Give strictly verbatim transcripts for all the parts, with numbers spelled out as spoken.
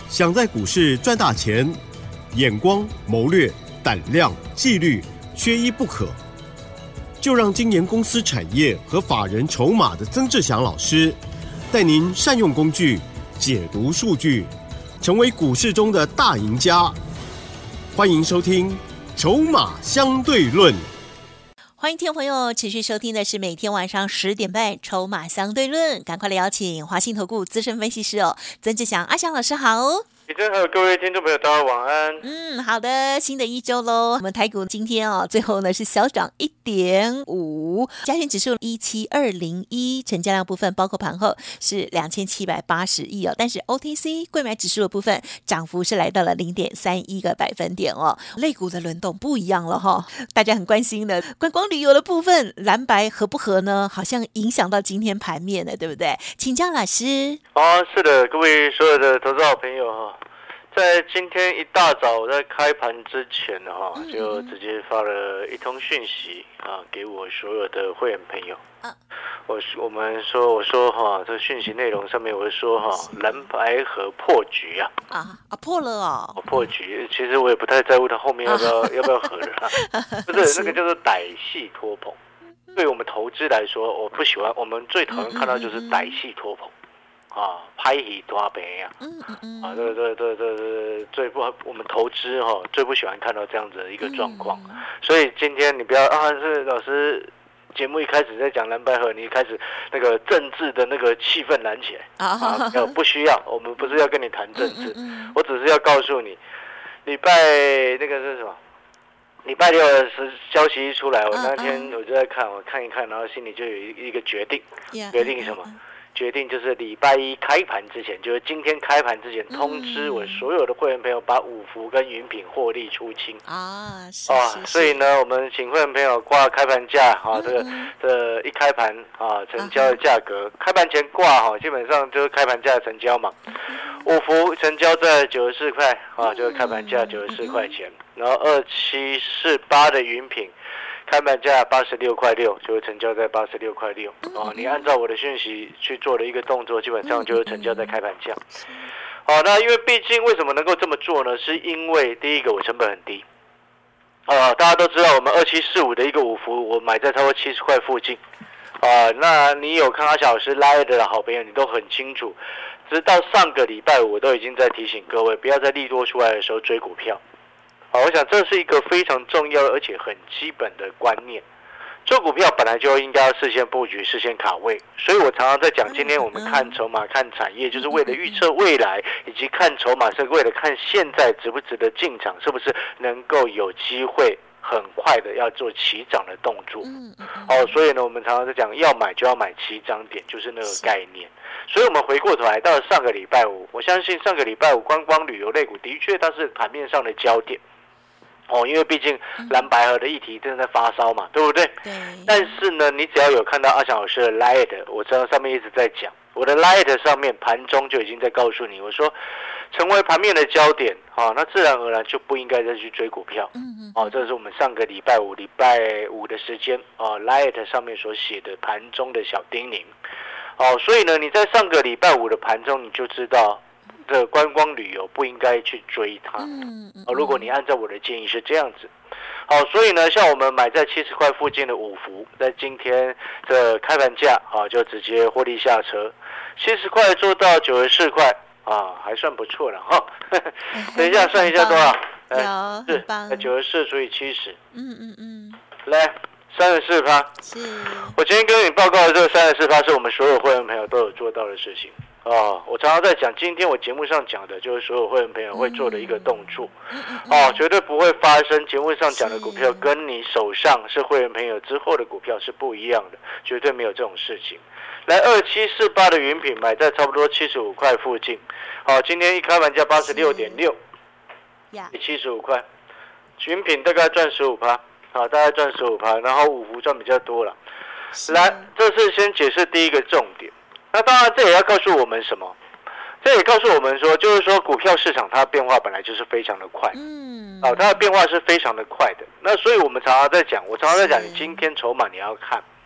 想在股市赚大钱，眼光、谋略、胆量、纪律，缺一不可。就让金研公司产业和法人筹码的曾志祥老师，带您善用工具，解读数据，成为股市中的大赢家。欢迎收听《筹码相对论》。 欢迎听众朋友持续收听的是每天晚上十点半《筹码相对论》，赶快来邀请华信投顾资深分析师哦，曾志祥阿祥老师好。 李真还有各位听众朋友，大家晚安。 嗯，好的，新的一周喽。我们台股今天哦，最后呢是小涨一点五，加权指数一七二零一，成交量部分包括盘后是两千七百八十亿哦，但是 O T C 柜买指数的部分涨幅是来到了零点三一个百分点哦。类股的轮动不一样了哈、哦，大家很关心的观光旅游的部分，蓝白合不合呢？好像影响到今天盘面了，对不对？请教老师。 哦，是的，各位所有的投资好朋友哈。在今天一大早在开盘之前哈，就直接发了一通讯息啊，给我所有的会员朋友。我我们说我说哈，这讯息内容上面我说哈，蓝白合破局啊啊啊破了哦， 我破局。其实我也不太在乎它后面要不要要不要合了啦，不是那个叫做歹戏拖棚。对我们投资来说，我不喜欢，我们最讨厌看到就是歹戏拖棚。啊，拍戏大赔啊！嗯嗯嗯，啊，对对对对对，最不我们投资哈、哦，最不喜欢看到这样子的一个状况。嗯、所以今天你不要啊，是老师节目一开始在讲蓝白合，你一开始那个政治的那个气氛燃起来啊，没有不需要，我们不是要跟你谈政治，嗯嗯嗯我只是要告诉你，礼拜那个是什么？礼拜六的时消息一出来，我那天我就在看，我看一看，然后心里就有一个决定，决定什么？决定就是礼拜一开盘之前，就是今天开盘之前，通知我所有的会员朋友把五福跟云品获利出清啊！是啊，所以呢，我们请会员朋友挂开盘价啊，这个这一开盘啊，成交的价格，开盘前挂哈，基本上就是开盘价成交嘛。五福成交在九十四块啊，就是开盘价九十四块钱，然后二七四八的云品。开盘价八十六块六，就会成交在八十六块六哦。你按照我的讯息去做的一个动作，基本上就会成交在开盘价。好、哦，那因为毕竟为什么能够这么做呢？是因为第一个我成本很低。啊、哦，大家都知道我们二七四五的一个五福，我买在超过七十块附近。啊、哦，那你有看阿小老师拉的好朋友，你都很清楚。直到上个礼拜五，我都已经在提醒各位，不要在利多出来的时候追股票。好，我想这是一个非常重要而且很基本的观念。做股票本来就应该要事先布局、事先卡位，所以我常常在讲，今天我们看筹码、看产业，就是为了预测未来，以及看筹码是为了看现在值不值得进场，是不是能够有机会很快的要做起涨的动作。哦，所以呢，我们常常在讲，要买就要买起涨点，就是那个概念。所以我们回过头来到了上个礼拜五，我相信上个礼拜五观光旅游类股的确它是盘面上的焦点。哦，因为毕竟蓝白合的议题正在发烧嘛，对不对？对。但是呢，你只要有看到阿翔老师的 Line， 我知道上面一直在讲，我的 Line 上面盘中就已经在告诉你，我说成为盘面的焦点，哦，那自然而然就不应该再去追股票。嗯哦，这是我们上个礼拜五礼拜五的时间哦 ，Line 上面所写的盘中的小叮咛。哦，所以呢，你在上个礼拜五的盘中你就知道。这观光旅游不应该去追它。嗯嗯、哦，如果你按照我的建议是这样子，好，所以呢，像我们买在七十块附近的五福，在今天的开盘价啊，就直接获利下车，七十块做到九十四块啊，还算不错了哈。等一下算一下多少？ 有， 是九十四除以七十。嗯嗯嗯。来。三十四趴，是我今天跟你报告的这个三十四趴，是我们所有会员朋友都有做到的事情哦。我常常在讲，今天我节目上讲的就是所有会员朋友会做的一个动作，哦，绝对不会发生。节目上讲的股票跟你手上是会员朋友之后的股票是不一样的，绝对没有这种事情。来，二七四八的云品买在差不多七十五块附近，好，今天一开盘价八十六点六，七十五块，云品大概赚十五趴。啊，大概赚十五趴，然后五福赚比较多了。来，这是先解释第一个重点。那当然，这也要告诉我们什么？这也告诉我们说，就是说股票市场它变化本来就是非常的快，嗯，啊，它的变化是非常的快的。那所以我们常常在讲，我常常在讲，你今天筹码你要看，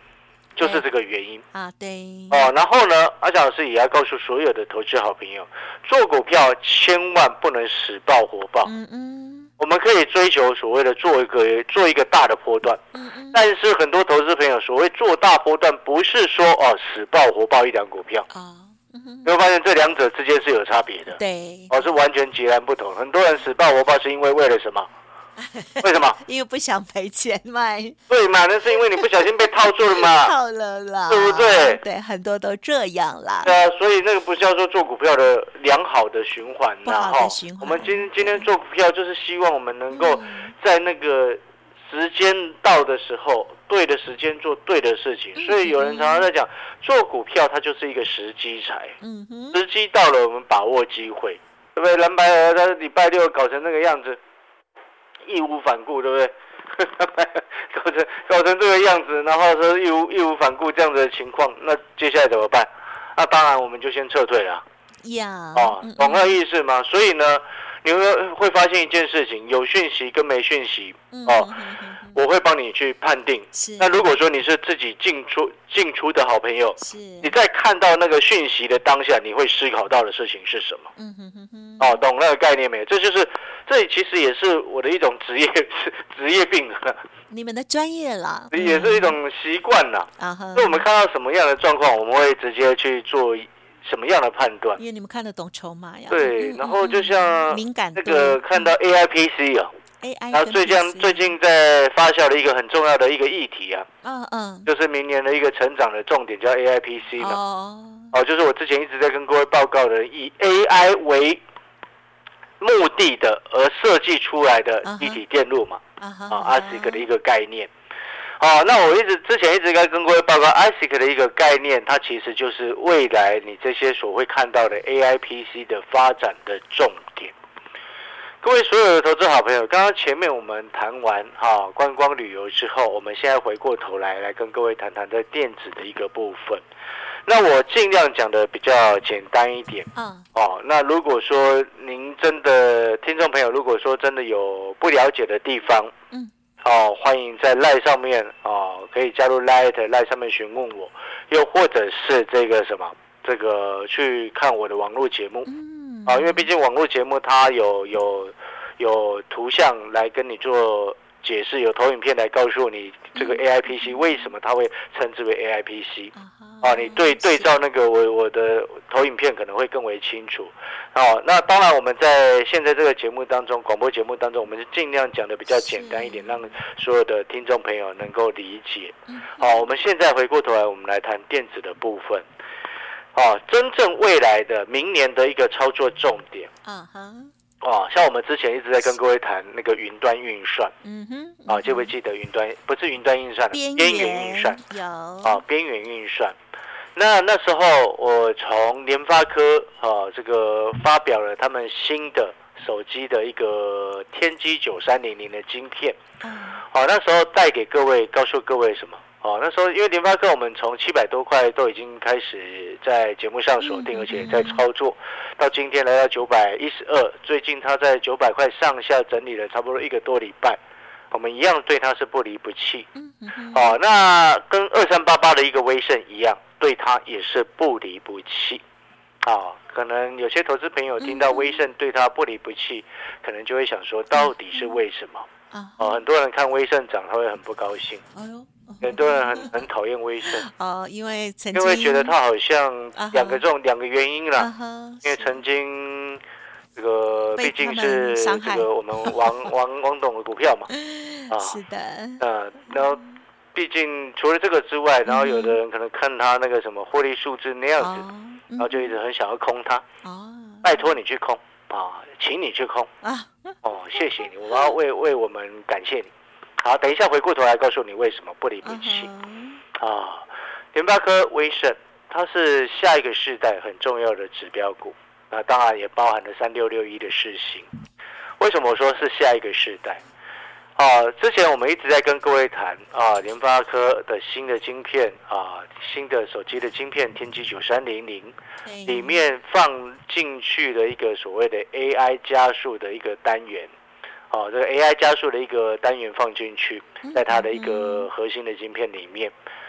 就是这个原因啊。对哦，然后呢，阿翔老师也要告诉所有的投资好朋友，做股票千万不能死抱活抱。 嗯嗯， 我们可以追求所谓的做一个做一个大的波段， 嗯嗯， 但是很多投资朋友所谓做大波段，不是说哦死抱活抱一档股票。 哦，嗯你会发现这两者之间是有差别的， 对， 哦，是完全截然不同。很多人死抱活抱是因为为了什么？为什么？ 因为不想赔钱卖， 对嘛？那是因为你不小心被套住了嘛， 套了啦， 对不对？ 对，很多都这样啦。 对啊，所以那个不叫做做股票的良好的循环不呐， 好的循环。 我们今今天做股票就是希望我们能够在那个时间到的时候，对的时间做对的事情。所以有人常常在讲，做股票它就是一个时机财， 嗯哼， 时机到了，我们把握机会，对不对？蓝白河它礼拜六搞成那个样子，义无反顾，对不对？搞成搞成这个样子，然后说义无义无反顾这样子的情况，那接下来怎么办？那当然我们就先撤退了。 呀， 哦，懂那意思吗？所以呢，你会会发现一件事情，有讯息跟没讯息，哦，我会帮你去判定。那如果说你是自己进出进出的好朋友，你在看到那个讯息的当下，你会思考到的事情是什么？嗯哼哼哼，哦，懂那个概念没？这就是这其实也是我的一种职业职业病了。 你们的专业啦， 也是一种习惯啦。啊哈，所以我们看到什么样的状况，我们会直接去做什么样的判断？ 因为你们看得懂筹码呀。 对，然后就像敏感那个看到 A I P C 啊 ，A I， 然后最近最近在发酵的一个很重要的一个议题啊，嗯嗯，就是明年的一个成长的重点叫 A I P C 呢。哦，哦，就是我之前一直在跟各位报告的，以 A I 为目的的而设计出来的一体电路嘛，啊 ，A S I C 的一个概念。哦，那我一直之前一直在跟各位报告 A S I C 的一个概念，它其实就是未来你这些所会看到的 A I P C 的发展的重点。各位所有的投资好朋友，刚刚前面我们谈完哈、哦、观光旅游之后，我们现在回过头来来跟各位谈谈在电子的一个部分。那我尽量讲的比较简单一点。嗯。哦，那如果说您真的听众朋友，如果说真的有不了解的地方，嗯。哦，欢迎在 LINE 上面哦，可以加入 LINE LINE 上面询问我，又或者是这个什么，这个去看我的网络节目。嗯。啊，因为毕竟网络节目它有有有图像来跟你做解释，有投影片来告诉你这个 A I P C 为什么它会称之为 A I P C。啊，你对对照那个我我的投影片可能会更为清楚。哦，那当然我们在现在这个节目当中，广播节目当中，我们是尽量讲的比较简单一点，让所有的听众朋友能够理解。好，我们现在回过头来，我们来谈电子的部分。哦，真正未来的明年的一个操作重点。嗯哼。哦，像我们之前一直在跟各位谈那个云端运算，嗯哼，啊、哦，记不记得云端不是云端运算，边缘运算有啊，边缘运算。那那时候我从联发科啊、哦、这个发表了他们新的手机的一个天玑九三零零的晶片，嗯，好、哦，那时候带给各位，告诉各位什么？哦，那时候因为联发科我们从七百多块都已经开始在节目上锁定，而且在操作，到今天来到九百一十二，最近它在九百块上下整理了差不多一个多礼拜，我们一样对它是不离不弃。哦，那跟二三八八的一个威盛一样，对它也是不离不弃。哦，可能有些投资朋友听到威盛对它不离不弃，可能就会想说，到底是为什么？哦，很多人看威盛涨，他会很不高兴。哎呦。很多人很很讨厌威盛哦，因为曾经因为觉得它好像两个这种两个原因啦，因为曾经这个毕竟是这个我们王王王董的股票嘛， 啊，是的， 嗯，然后毕竟除了这个之外，然后有的人可能看他那个什么获利数字那样子，然后就一直很想要空它，哦，拜托你去空啊，请你去空啊，哦，谢谢你，我要为为我们感谢你。好，等一下回过头来告诉你为什么不离不弃。Uh-huh. 啊，联发科、威盛，它是下一个世代很重要的指标股，那当然也包含了三六六一的世芯。为什么我说是下一个世代？啊，之前我们一直在跟各位谈啊，联发科的新的晶片啊，新的手机的晶片天玑九三零零，里面放进去的一个所谓的 A I 加速的一个单元。哦，这个 A I 加速的一个单元放进去，在它的一个核心的晶片里面。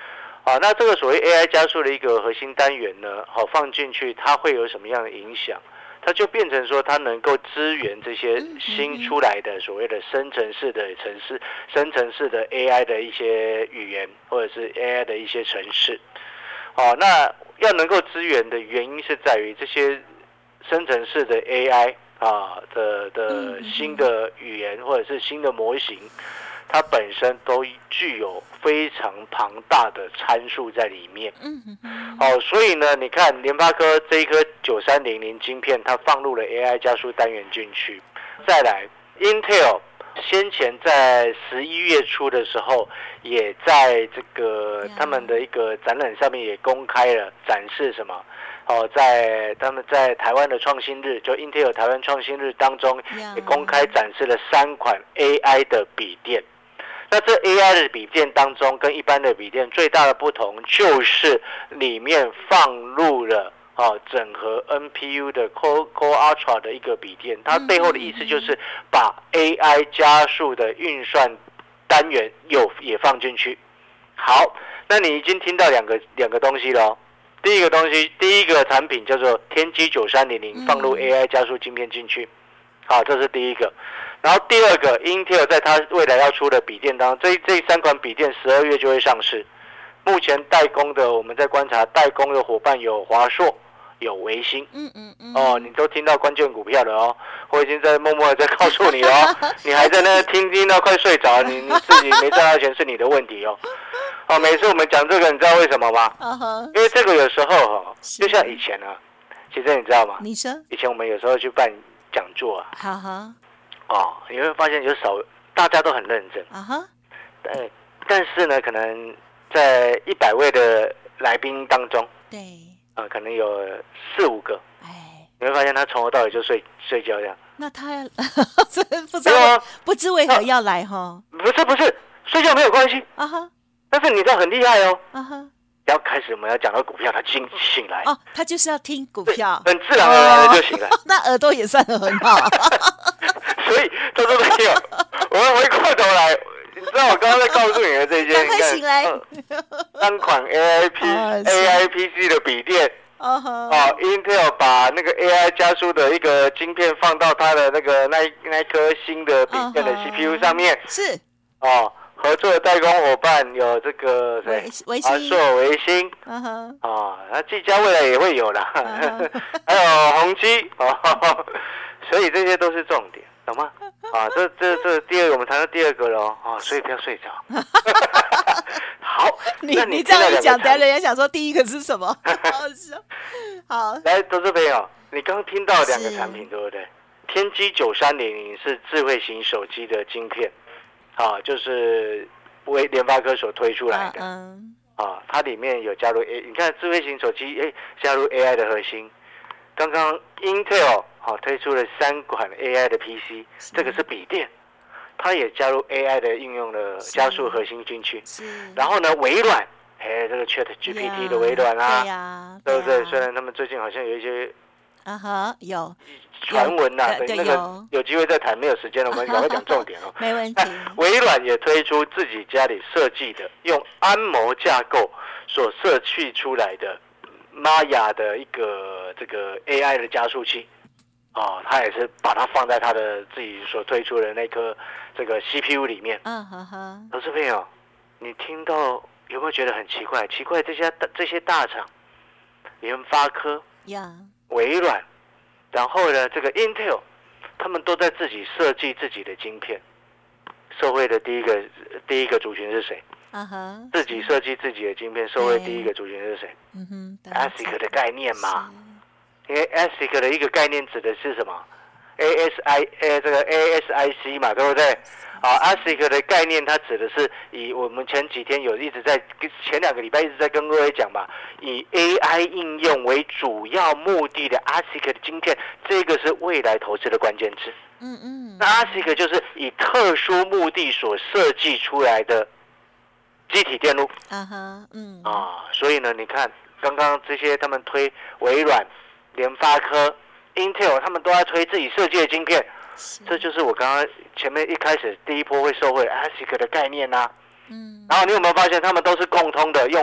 好，那这个所谓 A I 加速的一个核心单元呢，好放进去，它会有什么样的影响？它就变成说，它能够支援这些新出来的所谓的生成式的程式、生成式的 A I 的一些语言，或者是 A I 的一些程式。好，那要能够支援的原因是在于这些生成式的 A I 啊的的新的语言或者是新的模型，它本身都具有非常庞大的参数在里面。好，所以呢，你看联发科这一颗九三零零晶片，它放入了 A I 加速单元进去。再来 ，Intel 先前在十一月初的时候，也在这个他们的一个展览上面也公开了展示什么？哦，在他们在台湾的创新日，就 Intel 台湾创新日当中，也公开展示了三款 A I 的笔电。那这 A I 的笔电当中，跟一般的笔电最大的不同，就是里面放入了哦整合 N P U 的 Core Core Ultra 的一个笔电，它背后的意思就是把 A I 加速的运算单元有也放进去。好，那你已经听到两个两个东西了哦。第一个东西，第一个产品叫做天玑九三零零，放入 A I 加速晶片进去。好，这是第一个。然后第二个 ，Intel 在它未来要出的笔电当中，这这三款笔电十二月就会上市。目前代工的，我们在观察代工的伙伴有华硕、有微星。嗯嗯嗯。哦，你都听到关键股票了哦，我已经在默默的在告诉你哦，你还在那听听到快睡着，你你自己没赚到钱是你的问题哦。哦，每次我们讲这个，你知道为什么吗？ Uh-huh. 因为这个有时候哈，就像以前啊，其实你知道吗？ 你说， 以前我们有时候去办讲座啊， 好哈， 哦，你会发现有少，大家都很认真啊哈，但但是呢，可能在一百位的来宾当中， 对， 啊、呃，可能有四五个，哎，你会发现他从头到尾就睡睡觉这样。 那他不知道不知为何要来哈？ 不是不是，睡觉没有关系啊哈。但是你知道很厉害哦，啊哈！然后开始我们要讲到股票，他醒醒来哦，他就是要听股票， 很自然而然的就醒来，哦、 那耳朵也算很好。 所以他说没有，我们回过头来，你知道我刚刚在告诉你的这些， 赶快醒来， 三款 A I P、哦、A I P C 的笔电，哦哦 ，Intel 把那个 A I 加速的一个晶片放到它的那个那那颗新的笔电的 C P U 上面， 是哦。合作的代工伙伴有这个谁？华硕、微星，啊哈，啊，那技嘉未来也会有啦， uh-huh. 还有宏基，哦，所以这些都是重点，懂吗？啊，这这这第二个我们谈到第二个了哦，所以不要睡着。好， 你你这样一讲，等下人家想说第一个是什么？好笑。好， 来，投资朋友，你刚听到两个产品对不对？天玑九三零零是智慧型手机的晶片。啊，就是为联发科所推出来的，嗯、啊，它里面有加入 A， 你看智慧型手机，哎，加入 A I 的核心。刚刚 Intel 好、啊、推出了三款 A I 的 P C， 这个是笔电，它也加入 A I 的应用的加速核心进去。然后呢，微软，哎，这个 Chat G P T 的微软啊， 对呀， 对不对？虽然他们最近好像有一些， 啊哈，有。 传闻呐、啊，那个有机会再谈，没有时间了，我们赶快讲重点哦。 没问题。 微软也推出自己家里设计的，用安谋架构所设计出来的 Maya 的一个这个 A I 的加速器，哦，它也是把它放在它的自己所推出的那颗这个 C P U 里面。嗯呵呵。投资朋友，你听到有没有觉得很奇怪？奇怪，这些这些大厂，联发科、 yeah. 微软。然后呢，这个 Intel， 他们都在自己设计自己的晶片。受惠的第一个第一个族群是谁？啊哈，自己设计自己的晶片，受惠第一个族群是谁？嗯哼 ，A S I C 的概念嘛。因为 A S I C 的一个概念指的是什么 ？A S I 呃这个 A S I C 嘛，对不对？啊 ，A S I C 的概念它指的是以我们前几天有一直在前两个礼拜一直在跟各位讲嘛，以 A I 应用为主要目的的 A S I C 的晶片，这个是未来投资的关键字。嗯嗯。那 A S I C 就是以特殊目的所设计出来的基体电路。啊哈，嗯。啊，所以呢，你看刚刚这些他们推微软、联发科、Intel， 他们都在推自己设计的晶片。这就是我刚刚前面一开始第一波会受惠 A S I C 的概念啊。嗯。然后你有没有发现他们都是共通的，用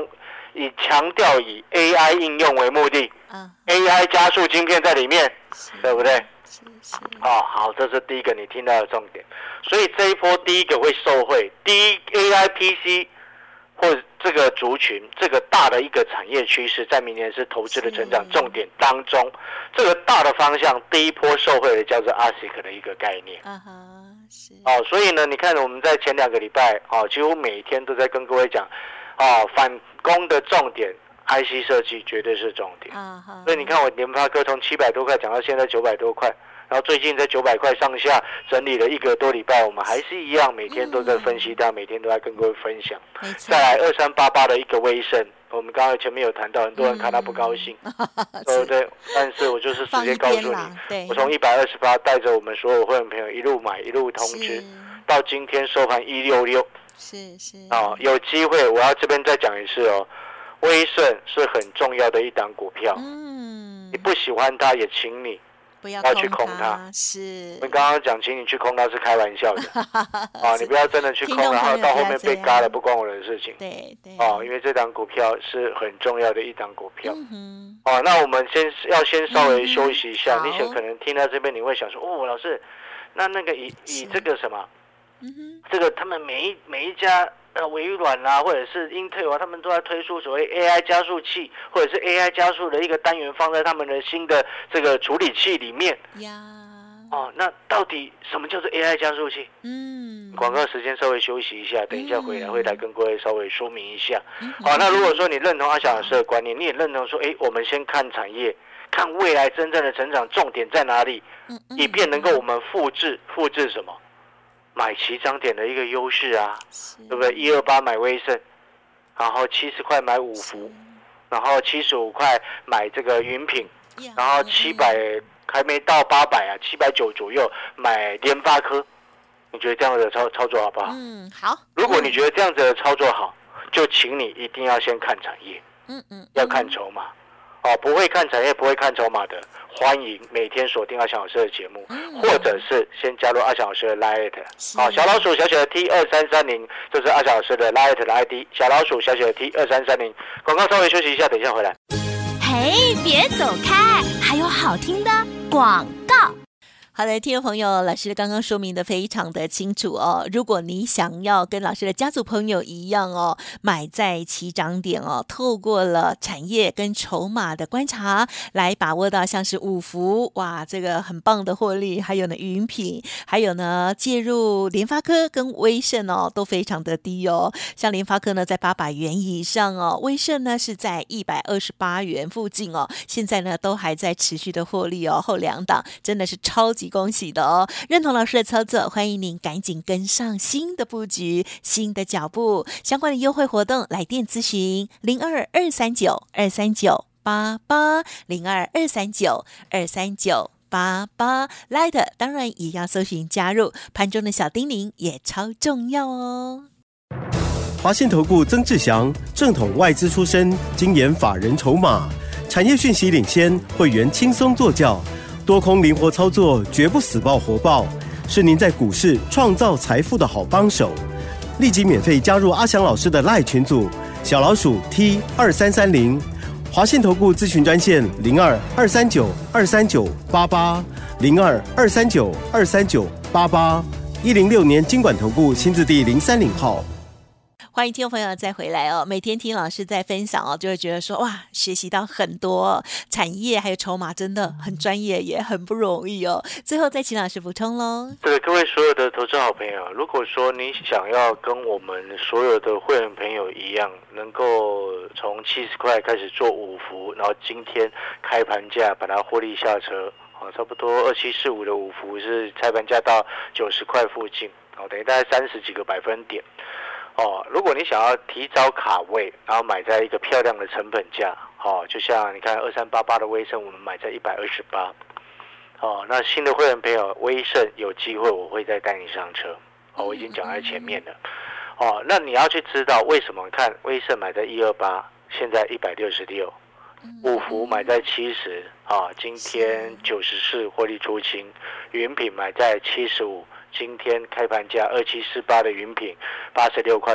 以强调以 A I 应用为目的， 啊 A I 加速晶片在里面，对不对？ 是是哦，好，这是第一个你听到的重点。所以这一波第一个会受惠，第一 A I P C 或者这个族群，这个大的一个产业趋势，在明年是投资的成长重点当中，这个大的方向，第一波受惠的叫做 A S I C 的一个概念。 啊哈，是哦，所以呢，你看我们在前两个礼拜，哦，几乎每天都在跟各位讲，哦，反攻的重点 I C 设计绝对是重点。 啊哈， 所以你看我联发科从七百多块讲到现在九百多块，然后最近在九百块上下整理了一个多礼拜，我们还是一样每天都在分析它，每天都在跟各位分享。 没错， 再来二三八八的一个威盛，我们刚刚前面有谈到，很多人看它不高兴， 嗯、 对不对？但是我就是直接告诉你，我从一百二十八带着我们所有会员朋友一路买一路通知，到今天收盘一六六， 是是哦，有机会我要这边再讲一次哦，威盛是很重要的一档股票， 嗯， 你不喜欢它也请你不要要去空它， 是。 我们刚刚讲，请你去空它是开玩笑的，啊，你不要真的去空，然后到后面被嘎了，不关我的事情。 对对。 哦，因为这档股票是很重要的一档股票。 嗯、 哦，那我们先要先稍微休息一下。 嗯、 你想可能听到这边，你会想说，哦，老师，那那个以以这个什么， 嗯、 这个他们每一每一家。呃，微软啊，或者是 Intel 啊，他们都在推出所谓 A I 加速器，或者是 A I 加速的一个单元放在他们的新的这个处理器里面。 呀， 哦，那到底什么叫做 A I 加速器？ 嗯， 广告时间稍微休息一下，等一下回来会来跟各位稍微说明一下。 嗯、 好，那如果说你认同阿翔老师的观念，你也认同说，哎，我们先看产业，看未来真正的成长重点在哪里，以便能够我们复制复制什么？买起涨点的一个优势啊，对不对？一二八买威盛，然后七十块买五福，然后七十五块买这个云品，然后七百还没到八百啊，七百九左右买联发科。你觉得这样的操操作好不好？ 嗯，好。 如果你觉得这样子的操作好，就请你一定要先看产业， 嗯嗯， 要看筹码。哦，不会看产业、不会看筹码的，欢迎每天锁定阿翔老师的节目，嗯、或者是先加入阿翔老师的 Line， 好，小老鼠小写的 T 二三三零，这是阿翔老师的 Line 的 I D， 小老鼠小写的 T 二三三零。广告稍微休息一下，等一下回来。 嘿，别走开，还有好听的广告。 好的，听众朋友，老师刚刚说明的非常的清楚哦。如果你想要跟老师的家族朋友一样哦，买在起涨点哦，透过了产业跟筹码的观察，来把握到像是五福哇，这个很棒的获利，还有呢云品，还有呢介入联发科跟威盛哦，都非常的低哦。像联发科呢在八百元以上哦，威盛呢是在一百二十八元附近哦，现在呢都还在持续的获利哦，后两档真的是超级恭喜的哦！认同老师的操作，欢迎您赶紧跟上新的布局、新的脚步，相关的优惠活动，来电咨询零二二三九二三九八八零二二三九二三九八八 Light 当然也要搜寻加入，盘中的小叮咛也超重要哦。 华信投顾曾志祥，正统外资出身，精研法人筹码，产业讯息领先，会员轻松做教。多空灵活操作，绝不死抱活抱，是您在股市创造财富的好帮手。立即免费加入阿翔老师的 LINE 群组，小老鼠 T 二三三零，华信投顾咨询专线零二二三九二三九八八零二二三九二三九八八，一零六年金管投顾新字第零三零号。 欢迎听众朋友再回来哦！每天听老师在分享哦，就会觉得说哇，学习到很多产业还有筹码，真的很专业，也很不容易哦。最后再请老师补充喽。 对各位所有的投资好朋友，如果说你想要跟我们所有的会员朋友一样，能够从七十块开始做五福，然后今天开盘价把它获利下车，哦，差不多二七四五的五福是开盘价到九十块附近，哦，等于大概三十几个百分点。哦，如果你想要提早卡位，然后买在一个漂亮的成本价，哦，就像你看二三八八的威盛，我们买在一百二十八，哦，那新的会员朋友，威盛有机会我会再带你上车，哦，我已经讲在前面了，哦，那你要去知道为什么看威盛买在一二八，现在一百六十六，五福买在七十，啊，今天九十四获利出清，云品买在七十五。今天开盘价二七四八的云品八十六块六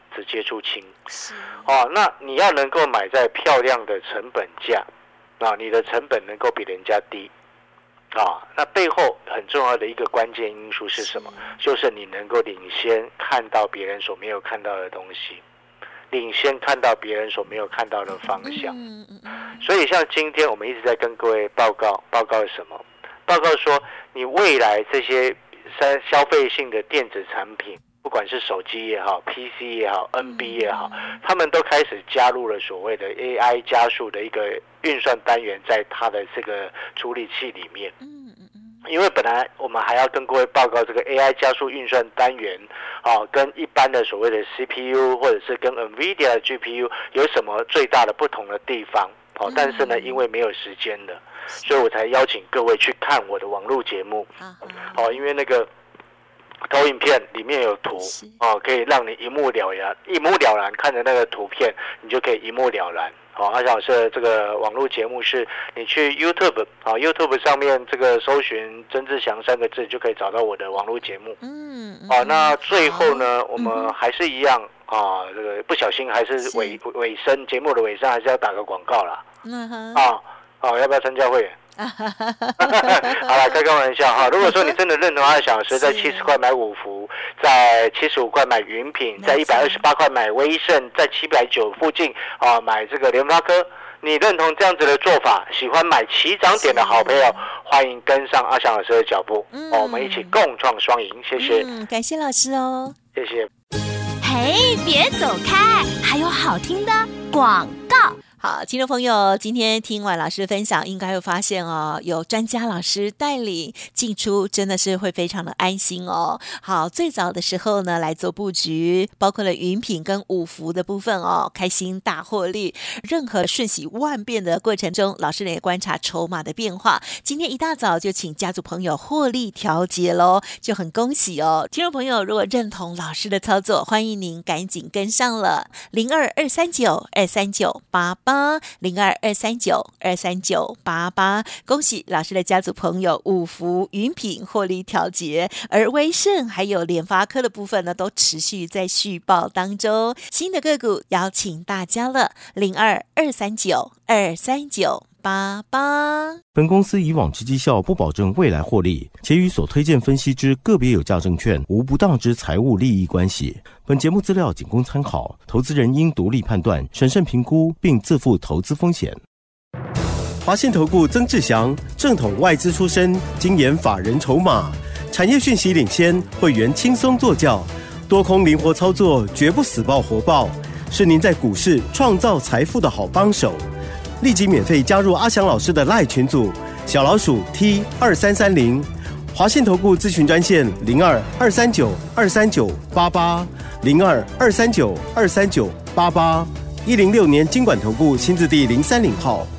只接触轻。哦，那你要能够买在漂亮的成本价，啊，你的成本能够比人家低。啊，那背后很重要的一个关键因素是什么？就是你能够领先看到别人所没有看到的东西，领先看到别人所没有看到的方向。所以像今天我们一直在跟各位报告，报告什么？报告说你未来这些消费性的电子产品，不管是手机也好 P C 也好 N B 也好，他们都开始加入了所谓的 A I 加速的一个运算单元在它的这个处理器里面。因为本来我们还要跟各位报告这个 A I 加速运算单元啊，跟一般的所谓的 C P U 或者是跟 NVIDIA 的 G P U 有什么最大的不同的地方。好，但是呢，因为没有时间了，所以我才邀请各位去看我的网络节目。好，因为那个投影片里面有图哦，可以让你一目了然，一目了然看着那个图片，你就可以一目了然。好，阿翔老师的这个网络节目是，你去 YouTube 啊 ，YouTube 上面这个搜寻曾志祥三个字就可以找到我的网络节目。嗯，好，那最后呢，我们还是一样啊，这个不小心还是尾尾声节目的尾声还是要打个广告啦。嗯哼，啊，好，要不要参加会员？好了，开开玩笑哈。如果说你真的认同阿翔老师在七十块买五福，在七十五块买云品，在一百二十八块买威盛，在七百九附近啊买这个联发科，你认同这样子的做法，喜欢买起涨点的好朋友，欢迎跟上阿翔老师的脚步，嗯哦、我们一起共创双赢。谢谢， 嗯，感谢老师哦， 谢谢。 嘿，别走开，还有好听的广告。 好，听众朋友，今天听完老师的分享，应该会发现哦，有专家老师带领进出，真的是会非常的安心哦。好，最早的时候呢，来做布局，包括了云品跟五福的部分哦，开心大获利。任何瞬息万变的过程中，老师也观察筹码的变化。今天一大早就请家族朋友获利调节喽，就很恭喜哦。听众朋友，如果认同老师的操作，欢迎您赶紧跟上了零二二三九二三九八八。零二二三九二三九八八，恭喜老师的家族朋友五福云品获利调节，而威盛还有联发科的部分呢，都持续在续报当中。新的个股邀请大家了，零二二三九二三九八八。 本公司以往之绩效不保证未来获利，且与所推荐分析之个别有价证券无不当之财务利益关系。本节目资料仅供参考，投资人应独立判断、审慎评估，并自负投资风险。华信投顾曾志祥，正统外资出身，精研法人筹码，产业讯息领先，会员轻松做教，多空灵活操作，绝不死抱活抱，是您在股市创造财富的好帮手。立即免费加入阿翔老师的 LINE 群组，小老鼠 T 二三三零，华信投顾咨询专线零二二三九二三九八八零二二三九二三九八八，一零六年金管投顾新字第零三零号。